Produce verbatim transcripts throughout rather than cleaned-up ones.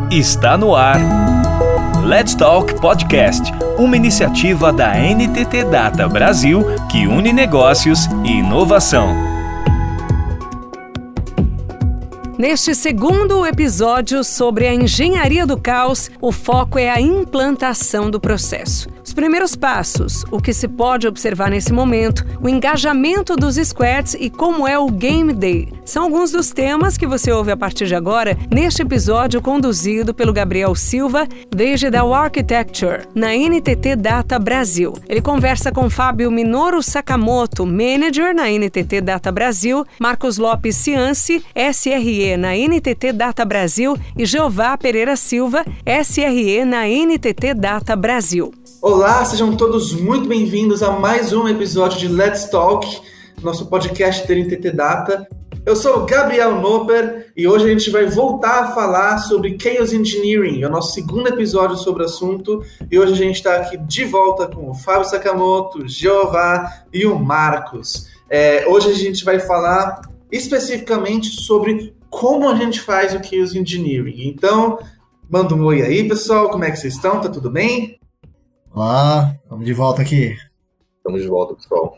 Está no ar. Let's Talk Podcast, uma iniciativa da N T T Data Brasil que une negócios e inovação. Neste segundo episódio sobre a engenharia do caos, o foco é a implantação do processo. Os primeiros passos, o que se pode observar nesse momento, o engajamento dos squads e como é o Game Day. São alguns dos temas que você ouve a partir de agora neste episódio conduzido pelo Gabriel Silva, Digital Architecture, na N T T Data Brasil. Ele conversa com Fábio Minoru Sakamoto, Manager na N T T Data Brasil, Marcos Lopes Cianci, S R E na N T T Data Brasil e Jeová Pereira Silva, S R E na N T T Data Brasil. Olá, sejam todos muito bem-vindos a mais um episódio de Let's Talk, nosso podcast da N T T Data. Eu sou o Gabriel Noper e hoje a gente vai voltar a falar sobre Chaos Engineering, é o nosso segundo episódio sobre o assunto, e hoje a gente está aqui de volta com o Fábio Sakamoto, o Jeová e o Marcos. É, hoje a gente vai falar especificamente sobre como a gente faz o Chaos Engineering. Então, manda um oi aí, pessoal, como é que vocês estão? Tá tudo bem? Olá, estamos de volta aqui. Estamos de volta, pessoal.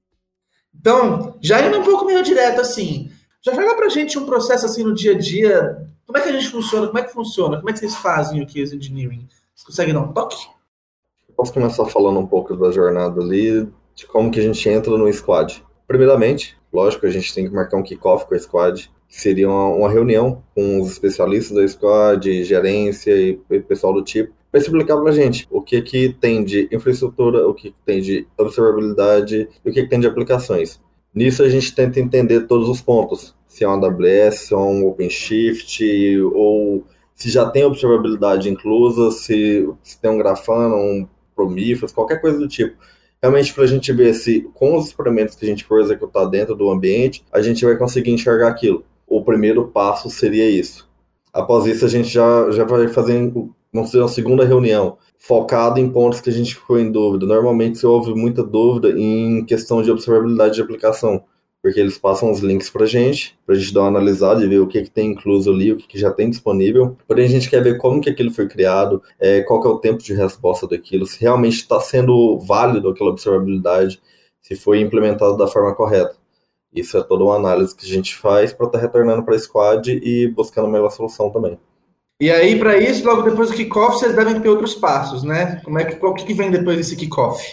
Então, já indo um pouco meio direto assim, já joga pra gente um processo assim no dia a dia, como é que a gente funciona, como é que funciona, como é que vocês fazem o Chaos Engineering? Vocês conseguem dar um toque? Posso começar falando um pouco da jornada ali, de como que a gente entra no squad. Primeiramente, lógico, a gente tem que marcar um kickoff com a squad, que seria uma, uma reunião com os especialistas da squad, gerência e, e pessoal do tipo, para explicar para a gente o que, que tem de infraestrutura, o que, que tem de observabilidade e o que, que tem de aplicações. Nisso a gente tenta entender todos os pontos, se é um A W S, se é um OpenShift, ou se já tem observabilidade inclusa, se, se tem um Grafana, um Prometheus, qualquer coisa do tipo. Realmente para a gente ver se com os experimentos que a gente for executar dentro do ambiente, a gente vai conseguir enxergar aquilo. O primeiro passo seria isso. Após isso a gente já, já vai fazer... Vamos fazer uma segunda reunião, focada em pontos que a gente ficou em dúvida. Normalmente se houve muita dúvida em questão de observabilidade de aplicação, porque eles passam os links pra gente, pra gente dar uma analisada e ver o que, que tem incluso ali, o que, que já tem disponível. Porém a gente quer ver como que aquilo foi criado, é, qual que é o tempo de resposta daquilo, se realmente está sendo válido aquela observabilidade, se foi implementado da forma correta. Isso é toda uma análise que a gente faz para estar tá retornando para a squad e buscando a melhor solução também. E aí, para isso, logo depois do kickoff, vocês devem ter outros passos, né? Como é que, qual que vem depois desse kickoff?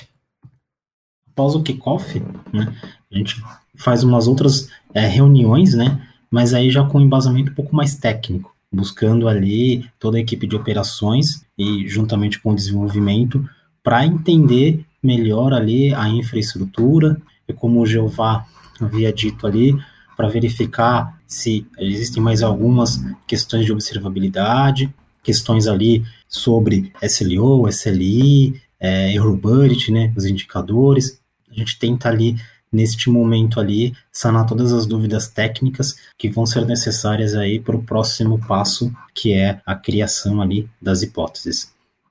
Após o kickoff, né, a gente faz umas outras é, reuniões, né? Mas aí já com um embasamento um pouco mais técnico, buscando ali toda a equipe de operações e juntamente com o desenvolvimento para entender melhor ali a infraestrutura e como o Jeová havia dito ali, para verificar se existem mais algumas questões de observabilidade, questões ali sobre S L O, S L I, é, Errorability, né, os indicadores. A gente tenta ali, neste momento ali, sanar todas as dúvidas técnicas que vão ser necessárias aí para o próximo passo, que é a criação ali das hipóteses.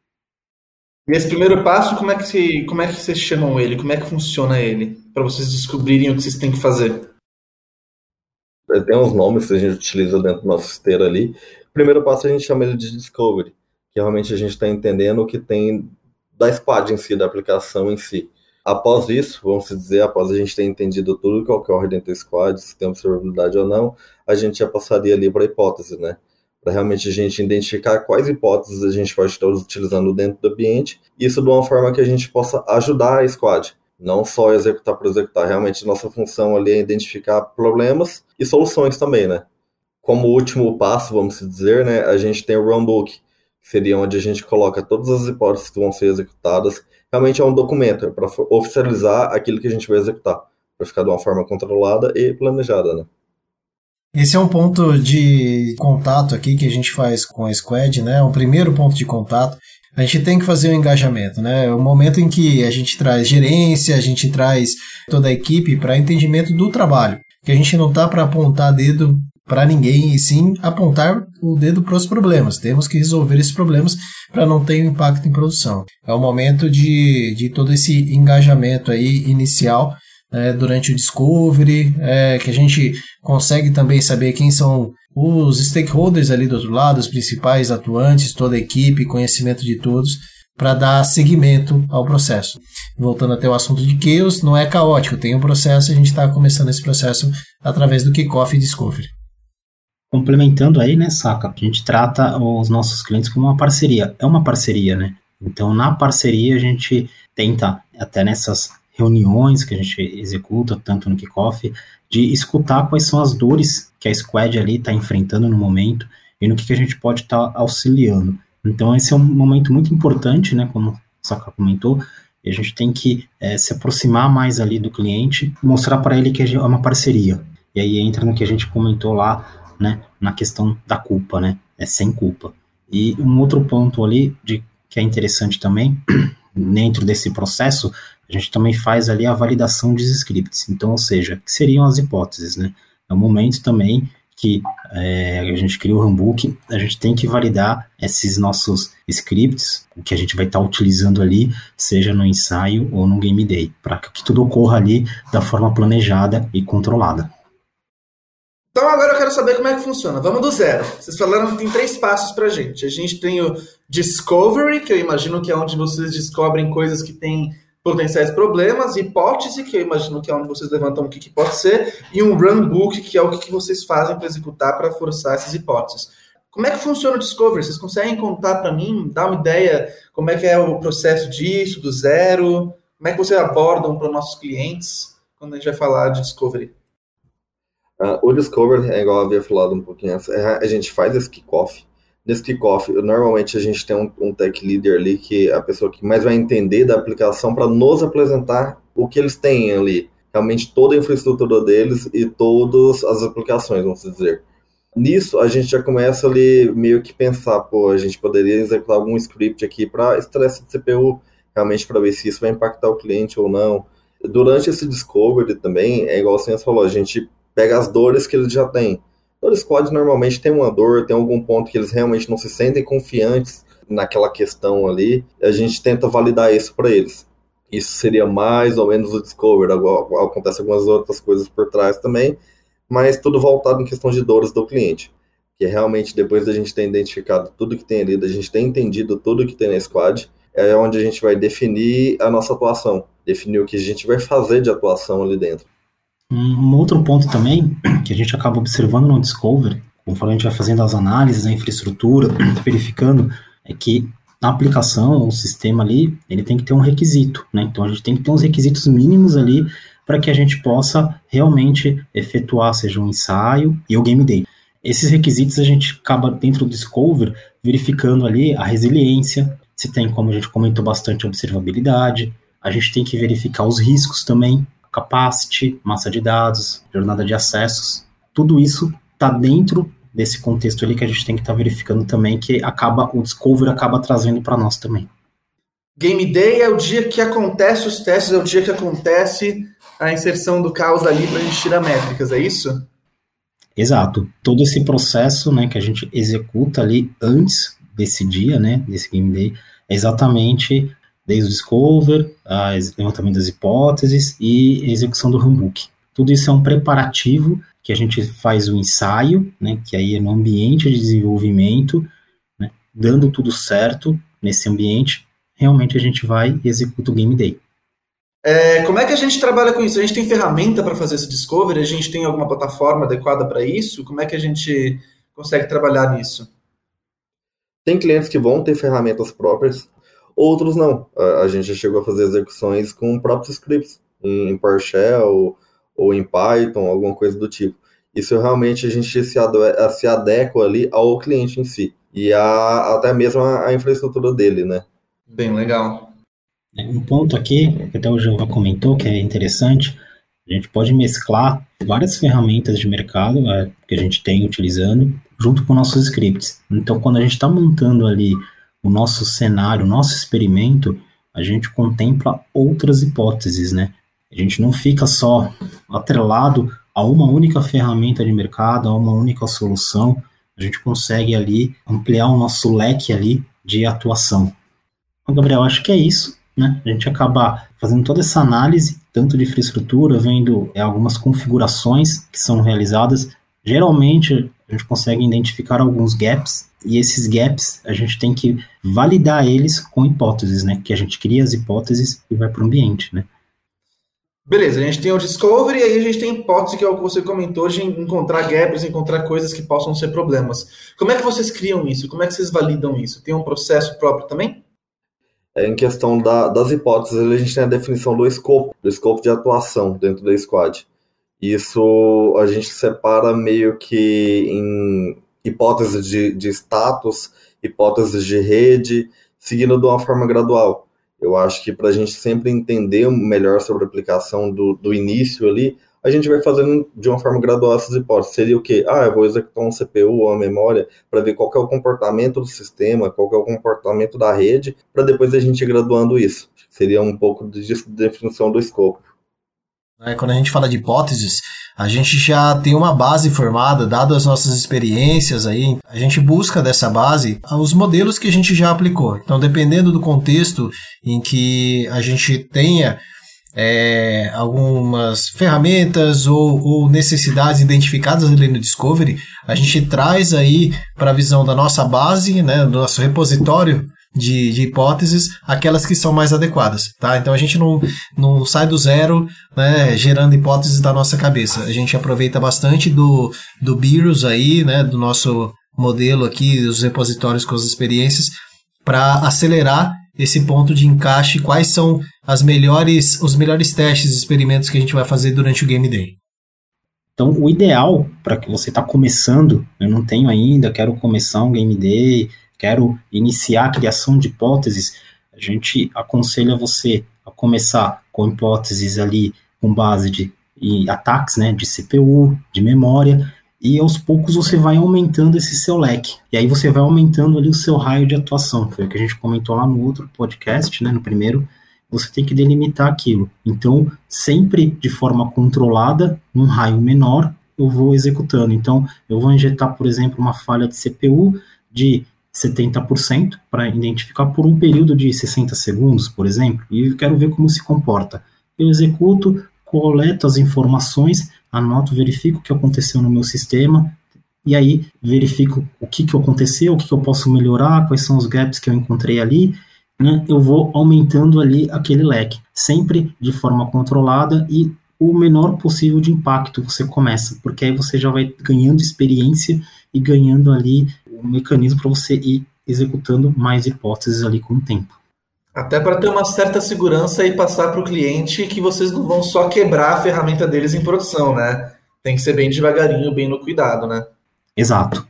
E esse primeiro passo, como é que, se, como é que vocês chamam ele? Como é que funciona ele? Para vocês descobrirem o que vocês têm que fazer. Tem uns nomes que a gente utiliza dentro do nosso esteira ali. O primeiro passo a gente chama ele de Discovery, que realmente a gente está entendendo o que tem da squad em si, da aplicação em si. Após isso, vamos dizer, após a gente ter entendido tudo que ocorre dentro do squad, se tem observabilidade ou não, a gente já passaria ali para a hipótese, né? Para realmente a gente identificar quais hipóteses a gente pode estar utilizando dentro do ambiente, isso de uma forma que a gente possa ajudar a squad. Não só executar por executar, realmente nossa função ali é identificar problemas e soluções também, né? Como último passo, vamos dizer, né, a gente tem o runbook, que seria onde a gente coloca todas as hipóteses que vão ser executadas. Realmente é um documento para oficializar aquilo que a gente vai executar, para ficar de uma forma controlada e planejada, né? Esse é um ponto de contato aqui que a gente faz com a squad, né? O primeiro ponto de contato. A gente tem que fazer um engajamento, né? É o momento em que a gente traz gerência, a gente traz toda a equipe para entendimento do trabalho. Que a gente não está para apontar dedo para ninguém, e sim apontar o dedo para os problemas. Temos que resolver esses problemas para não ter um impacto em produção. É o momento de, de todo esse engajamento aí inicial, né, durante o discovery, é, que a gente consegue também saber quem são os stakeholders ali do outro lado, os principais atuantes, toda a equipe, conhecimento de todos, para dar seguimento ao processo. Voltando até o assunto de Chaos, não é caótico, tem um processo e a gente está começando esse processo através do Kickoff e Discovery. Complementando aí, né, Saka, a gente trata os nossos clientes como uma parceria. É uma parceria, né? Então, na parceria, a gente tenta, até nessas reuniões que a gente executa, tanto no Kickoff, de escutar quais são as dores que a Squad ali está enfrentando no momento e no que, que a gente pode estar tá auxiliando. Então, esse é um momento muito importante, né, como o Saka comentou, e a gente tem que é, se aproximar mais ali do cliente, mostrar para ele que é uma parceria. E aí entra no que a gente comentou lá, né, na questão da culpa, né, é sem culpa. E um outro ponto ali, de, que é interessante também, dentro desse processo, a gente também faz ali a validação dos scripts. Então, ou seja, que seriam as hipóteses, né? É um momento também que é, a gente cria o handbook, a gente tem que validar esses nossos scripts, o que a gente vai estar tá utilizando ali, seja no ensaio ou no game day, para que tudo ocorra ali da forma planejada e controlada. Então agora eu quero saber como é que funciona. Vamos do zero. Vocês falaram que tem três passos pra gente. A gente tem o Discovery, que eu imagino que é onde vocês descobrem coisas que têm potenciais problemas, hipótese, que eu imagino que é onde vocês levantam o que, que pode ser, e um runbook, que é o que, que vocês fazem para executar, para forçar essas hipóteses. Como é que funciona o Discovery? Vocês conseguem contar para mim, dar uma ideia como é que é o processo disso, do zero? Como é que vocês abordam para os nossos clientes quando a gente vai falar de Discovery? Uh, o Discovery, é igual eu havia falado um pouquinho antes, a gente faz esse kickoff. Nesse kickoff, normalmente a gente tem um, um tech leader ali, que é a pessoa que mais vai entender da aplicação para nos apresentar o que eles têm ali. Realmente toda a infraestrutura deles e todas as aplicações, vamos dizer. Nisso, a gente já começa ali meio que pensar, pô, a gente poderia executar algum script aqui para estresse de C P U, realmente para ver se isso vai impactar o cliente ou não. Durante esse Discovery também, é igual você falou, a gente pega as dores que eles já têm. Todo squad normalmente tem uma dor, tem algum ponto que eles realmente não se sentem confiantes naquela questão ali, a gente tenta validar isso para eles. Isso seria mais ou menos o Discovery, agora acontece algumas outras coisas por trás também, mas tudo voltado em questão de dores do cliente, que realmente depois da gente ter identificado tudo que tem ali, da gente ter entendido tudo que tem na squad, é onde a gente vai definir a nossa atuação, definir o que a gente vai fazer de atuação ali dentro. Um outro ponto também, que a gente acaba observando no Discovery, conforme a gente vai fazendo as análises da infraestrutura, verificando, é que a aplicação, o sistema ali, ele tem que ter um requisito, né? Então a gente tem que ter uns requisitos mínimos ali para que a gente possa realmente efetuar, seja um ensaio e o game day. Esses requisitos a gente acaba dentro do Discovery verificando ali a resiliência, se tem, como a gente comentou bastante, observabilidade, a gente tem que verificar os riscos também, capacity, massa de dados, jornada de acessos, tudo isso está dentro desse contexto ali que a gente tem que estar tá verificando também, que acaba, o Discovery acaba trazendo para nós também. Game Day é o dia que acontece os testes, é o dia que acontece a inserção do caos ali para a gente tirar métricas, é isso? Exato. Todo esse processo, né, que a gente executa ali antes desse dia, né, desse Game Day, é exatamente desde o Discover, a levantamento das hipóteses e a execução do handbook. Tudo isso é um preparativo que a gente faz o ensaio, né, que aí é no ambiente de desenvolvimento, né, dando tudo certo nesse ambiente, realmente a gente vai e executa o Game Day. É, como é que a gente trabalha com isso? A gente tem ferramenta para fazer esse Discovery? A gente tem alguma plataforma adequada para isso? Como é que a gente consegue trabalhar nisso? Tem clientes que vão ter ferramentas próprias, outros não. A gente já chegou a fazer execuções com próprios scripts, em PowerShell ou em Python, alguma coisa do tipo. Isso realmente a gente se, ade- se adequa ali ao cliente em si, e a, até mesmo a, a infraestrutura dele, né? Bem legal. Um ponto aqui, que até o Jeová comentou, que é interessante, a gente pode mesclar várias ferramentas de mercado é, que a gente tem utilizando, junto com nossos scripts. Então, quando a gente está montando ali o nosso cenário, o nosso experimento, a gente contempla outras hipóteses, né? A gente não fica só atrelado a uma única ferramenta de mercado, a uma única solução, a gente consegue ali ampliar o nosso leque ali de atuação. Então, Gabriel, acho que é isso, né? A gente acaba fazendo toda essa análise, tanto de infraestrutura, vendo é, algumas configurações que são realizadas. Geralmente, a gente consegue identificar alguns gaps, e esses gaps a gente tem que validar eles com hipóteses, né? Que a gente cria as hipóteses e vai para o ambiente, né? Beleza, a gente tem o discovery e aí a gente tem a hipótese, que é o que você comentou, de encontrar gaps, encontrar coisas que possam ser problemas. Como é que vocês criam isso? Como é que vocês validam isso? Tem um processo próprio também? Em questão da, das hipóteses, a gente tem a definição do escopo, do escopo de atuação dentro da squad. Isso a gente separa meio que em hipóteses de, de status, hipóteses de rede, seguindo de uma forma gradual. Eu acho que para a gente sempre entender melhor sobre a aplicação do, do início ali, a gente vai fazendo de uma forma gradual essas hipóteses. Seria o quê? Ah, eu vou executar um C P U ou uma memória para ver qual que é o comportamento do sistema, qual que é o comportamento da rede, para depois a gente ir graduando isso. Seria um pouco de definição do escopo. Quando a gente fala de hipóteses, a gente já tem uma base formada, dado as nossas experiências aí, a gente busca dessa base os modelos que a gente já aplicou. Então, dependendo do contexto em que a gente tenha é, algumas ferramentas ou, ou necessidades identificadas ali no Discovery, a gente traz aí para a visão da nossa base, né, do nosso repositório De, de hipóteses, aquelas que são mais adequadas, tá? Então a gente não, não sai do zero, né, gerando hipóteses da nossa cabeça. A gente aproveita bastante do, do B I R U S aí, né, do nosso modelo aqui, dos repositórios com as experiências, para acelerar esse ponto de encaixe, quais são as melhores, os melhores testes e experimentos que a gente vai fazer durante o Game Day. Então, o ideal para que você está começando, eu não tenho ainda, quero começar um Game Day, quero iniciar a criação de hipóteses, a gente aconselha você a começar com hipóteses ali com base de e ataques, né, de C P U, de memória, e aos poucos você vai aumentando esse seu leque. E aí você vai aumentando ali o seu raio de atuação. Foi o que a gente comentou lá no outro podcast, né, no primeiro. Você tem que delimitar aquilo. Então, sempre de forma controlada, num raio menor, eu vou executando. Então, eu vou injetar, por exemplo, uma falha de C P U de setenta por cento para identificar por um período de sessenta segundos, por exemplo, e eu quero ver como se comporta. Eu executo, coleto as informações, anoto, verifico o que aconteceu no meu sistema, e aí verifico o que, que aconteceu, o que, que eu posso melhorar, quais são os gaps que eu encontrei ali, né? Eu vou aumentando ali aquele leque, sempre de forma controlada e o menor possível de impacto você começa, porque aí você já vai ganhando experiência e ganhando ali um mecanismo para você ir executando mais hipóteses ali com o tempo. Até para ter uma certa segurança e passar para o cliente que vocês não vão só quebrar a ferramenta deles em produção, né? Tem que ser bem devagarinho, bem no cuidado, né? Exato.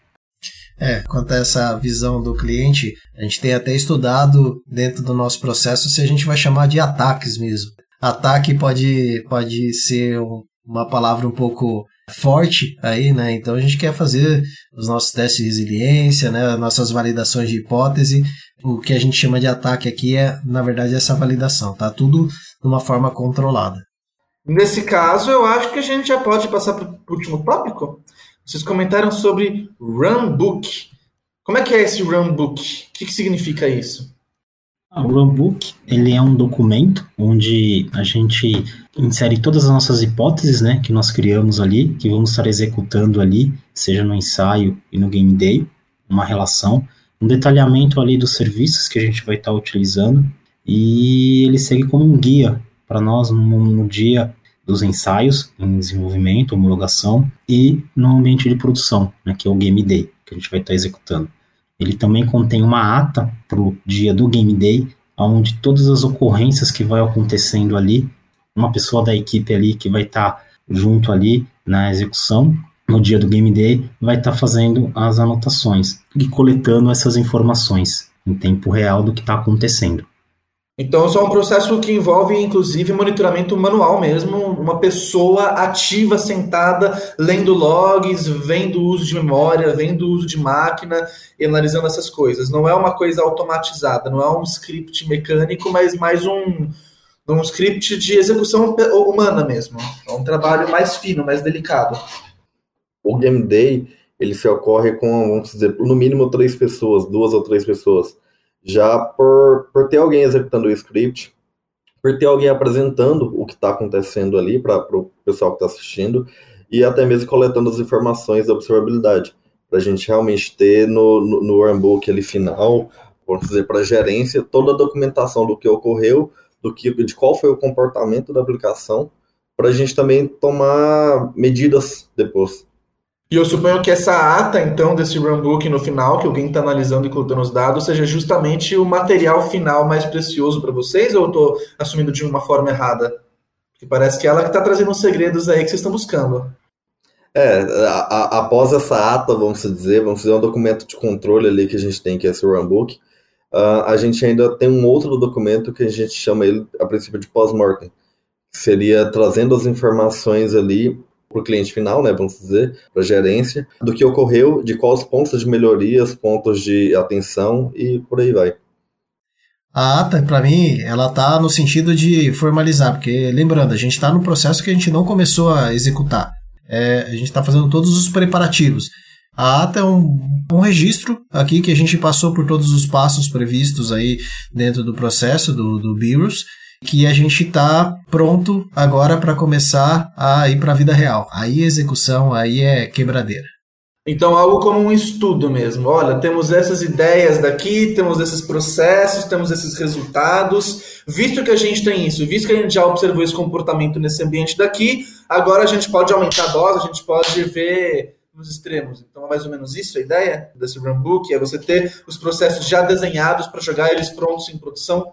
É, quanto a essa visão do cliente, a gente tem até estudado dentro do nosso processo se a gente vai chamar de ataques mesmo. Ataque pode, pode ser uma palavra um pouco forte aí, né? Então a gente quer fazer os nossos testes de resiliência, né? Nossas validações de hipótese. O que a gente chama de ataque aqui é, na verdade, essa validação, tá? Tudo de uma forma controlada. Nesse caso, eu acho que a gente já pode passar para o último tópico. Vocês comentaram sobre Runbook. Como é que é esse Runbook? O que, que significa isso? O Runbook, ele é um documento onde a gente insere todas as nossas hipóteses, né, que nós criamos ali, que vamos estar executando ali, seja no ensaio e no Game Day, uma relação, um detalhamento ali dos serviços que a gente vai estar utilizando, e ele segue como um guia para nós no, no dia dos ensaios, em desenvolvimento, homologação, e no ambiente de produção, né, que é o Game Day, que a gente vai estar executando. Ele também contém uma ata para o dia do Game Day, onde todas as ocorrências que vai acontecendo ali, uma pessoa da equipe ali que vai estar junto ali na execução, no dia do Game Day, vai estar fazendo as anotações e coletando essas informações em tempo real do que está acontecendo. Então, isso é um processo que envolve, inclusive, monitoramento manual mesmo, uma pessoa ativa, sentada, lendo logs, vendo o uso de memória, vendo o uso de máquina e analisando essas coisas. Não é uma coisa automatizada, não é um script mecânico, mas mais um, um script de execução humana mesmo. É um trabalho mais fino, mais delicado. O Game Day, ele se ocorre com, vamos dizer, no mínimo três pessoas, duas ou três pessoas. Já por, por ter alguém executando o script, por ter alguém apresentando o que está acontecendo ali para o pessoal que está assistindo, e até mesmo coletando as informações da observabilidade. para a gente realmente ter no, no, no runbook ali final, vamos dizer, para a gerência, toda a documentação do que ocorreu, do que, de qual foi o comportamento da aplicação, para a gente também tomar medidas depois. E eu suponho que essa ata, então, desse runbook no final, que alguém está analisando e coletando os dados, seja justamente o material final mais precioso para vocês, ou eu estou assumindo de uma forma errada? Porque parece que é ela que está trazendo os segredos aí que vocês estão buscando. É, a, a, após essa ata, vamos dizer, vamos dizer, um documento de controle ali que a gente tem, que é esse runbook, uh, a gente ainda tem um outro documento que a gente chama ele, a princípio, de pós-mortem, que seria trazendo as informações ali para o cliente final, né, vamos dizer, para a gerência, do que ocorreu, de quais pontos de melhorias, pontos de atenção e por aí vai. A ata, para mim, ela tá no sentido de formalizar, porque, lembrando, a gente está no processo que a gente não começou a executar. É, a gente está fazendo todos os preparativos. A ata é um, um registro aqui que a gente passou por todos os passos previstos aí dentro do processo do, do Beerus, que a gente está pronto agora para começar a ir para a vida real. Aí a execução, aí é quebradeira. Então, algo como um estudo mesmo. Olha, temos essas ideias daqui, temos esses processos, temos esses resultados. Visto que a gente tem isso, visto que a gente já observou esse comportamento nesse ambiente daqui, agora a gente pode aumentar a dose, a gente pode ver nos extremos. Então, é mais ou menos isso a ideia desse runbook, é você ter os processos já desenhados para jogar eles prontos em produção.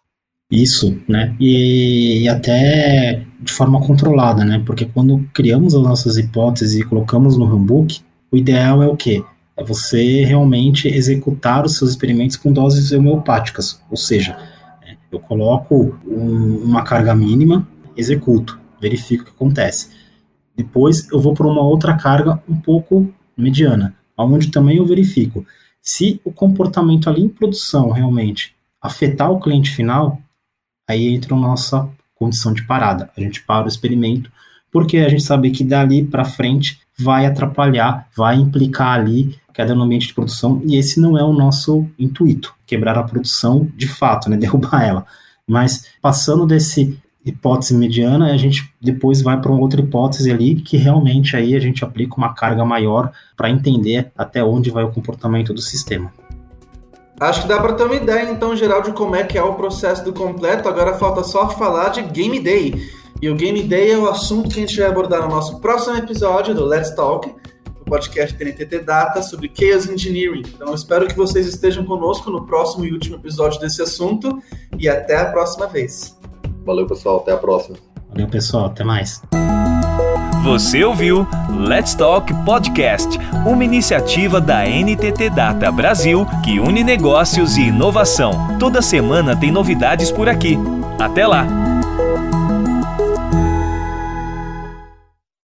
Isso, né? E, e até de forma controlada, né? Porque quando criamos as nossas hipóteses e colocamos no runbook, o ideal é o quê? É você realmente executar os seus experimentos com doses homeopáticas, ou seja, eu coloco um, uma carga mínima, executo, verifico o que acontece. Depois eu vou para uma outra carga um pouco mediana, onde também eu verifico. Se o comportamento ali em produção realmente afetar o cliente final, aí entra a nossa condição de parada. A gente para o experimento, porque a gente sabe que dali para frente vai atrapalhar, vai implicar ali queda no ambiente de produção, e esse não é o nosso intuito, quebrar a produção de fato, né, derrubar ela. Mas passando desse hipótese mediana, a gente depois vai para uma outra hipótese ali, que realmente aí a gente aplica uma carga maior para entender até onde vai o comportamento do sistema. Acho que dá para ter uma ideia, então, geral, de como é que é o processo do completo. Agora falta só falar de Game Day. E o Game Day é o assunto que a gente vai abordar no nosso próximo episódio do Let's Talk, o podcast T N T T Data sobre Chaos Engineering. Então eu espero que vocês estejam conosco no próximo e último episódio desse assunto, e até a próxima vez. Valeu, pessoal, até a próxima. Valeu, pessoal, até mais. Você ouviu Let's Talk Podcast, uma iniciativa da N T T Data Brasil que une negócios e inovação. Toda semana tem novidades por aqui. Até lá!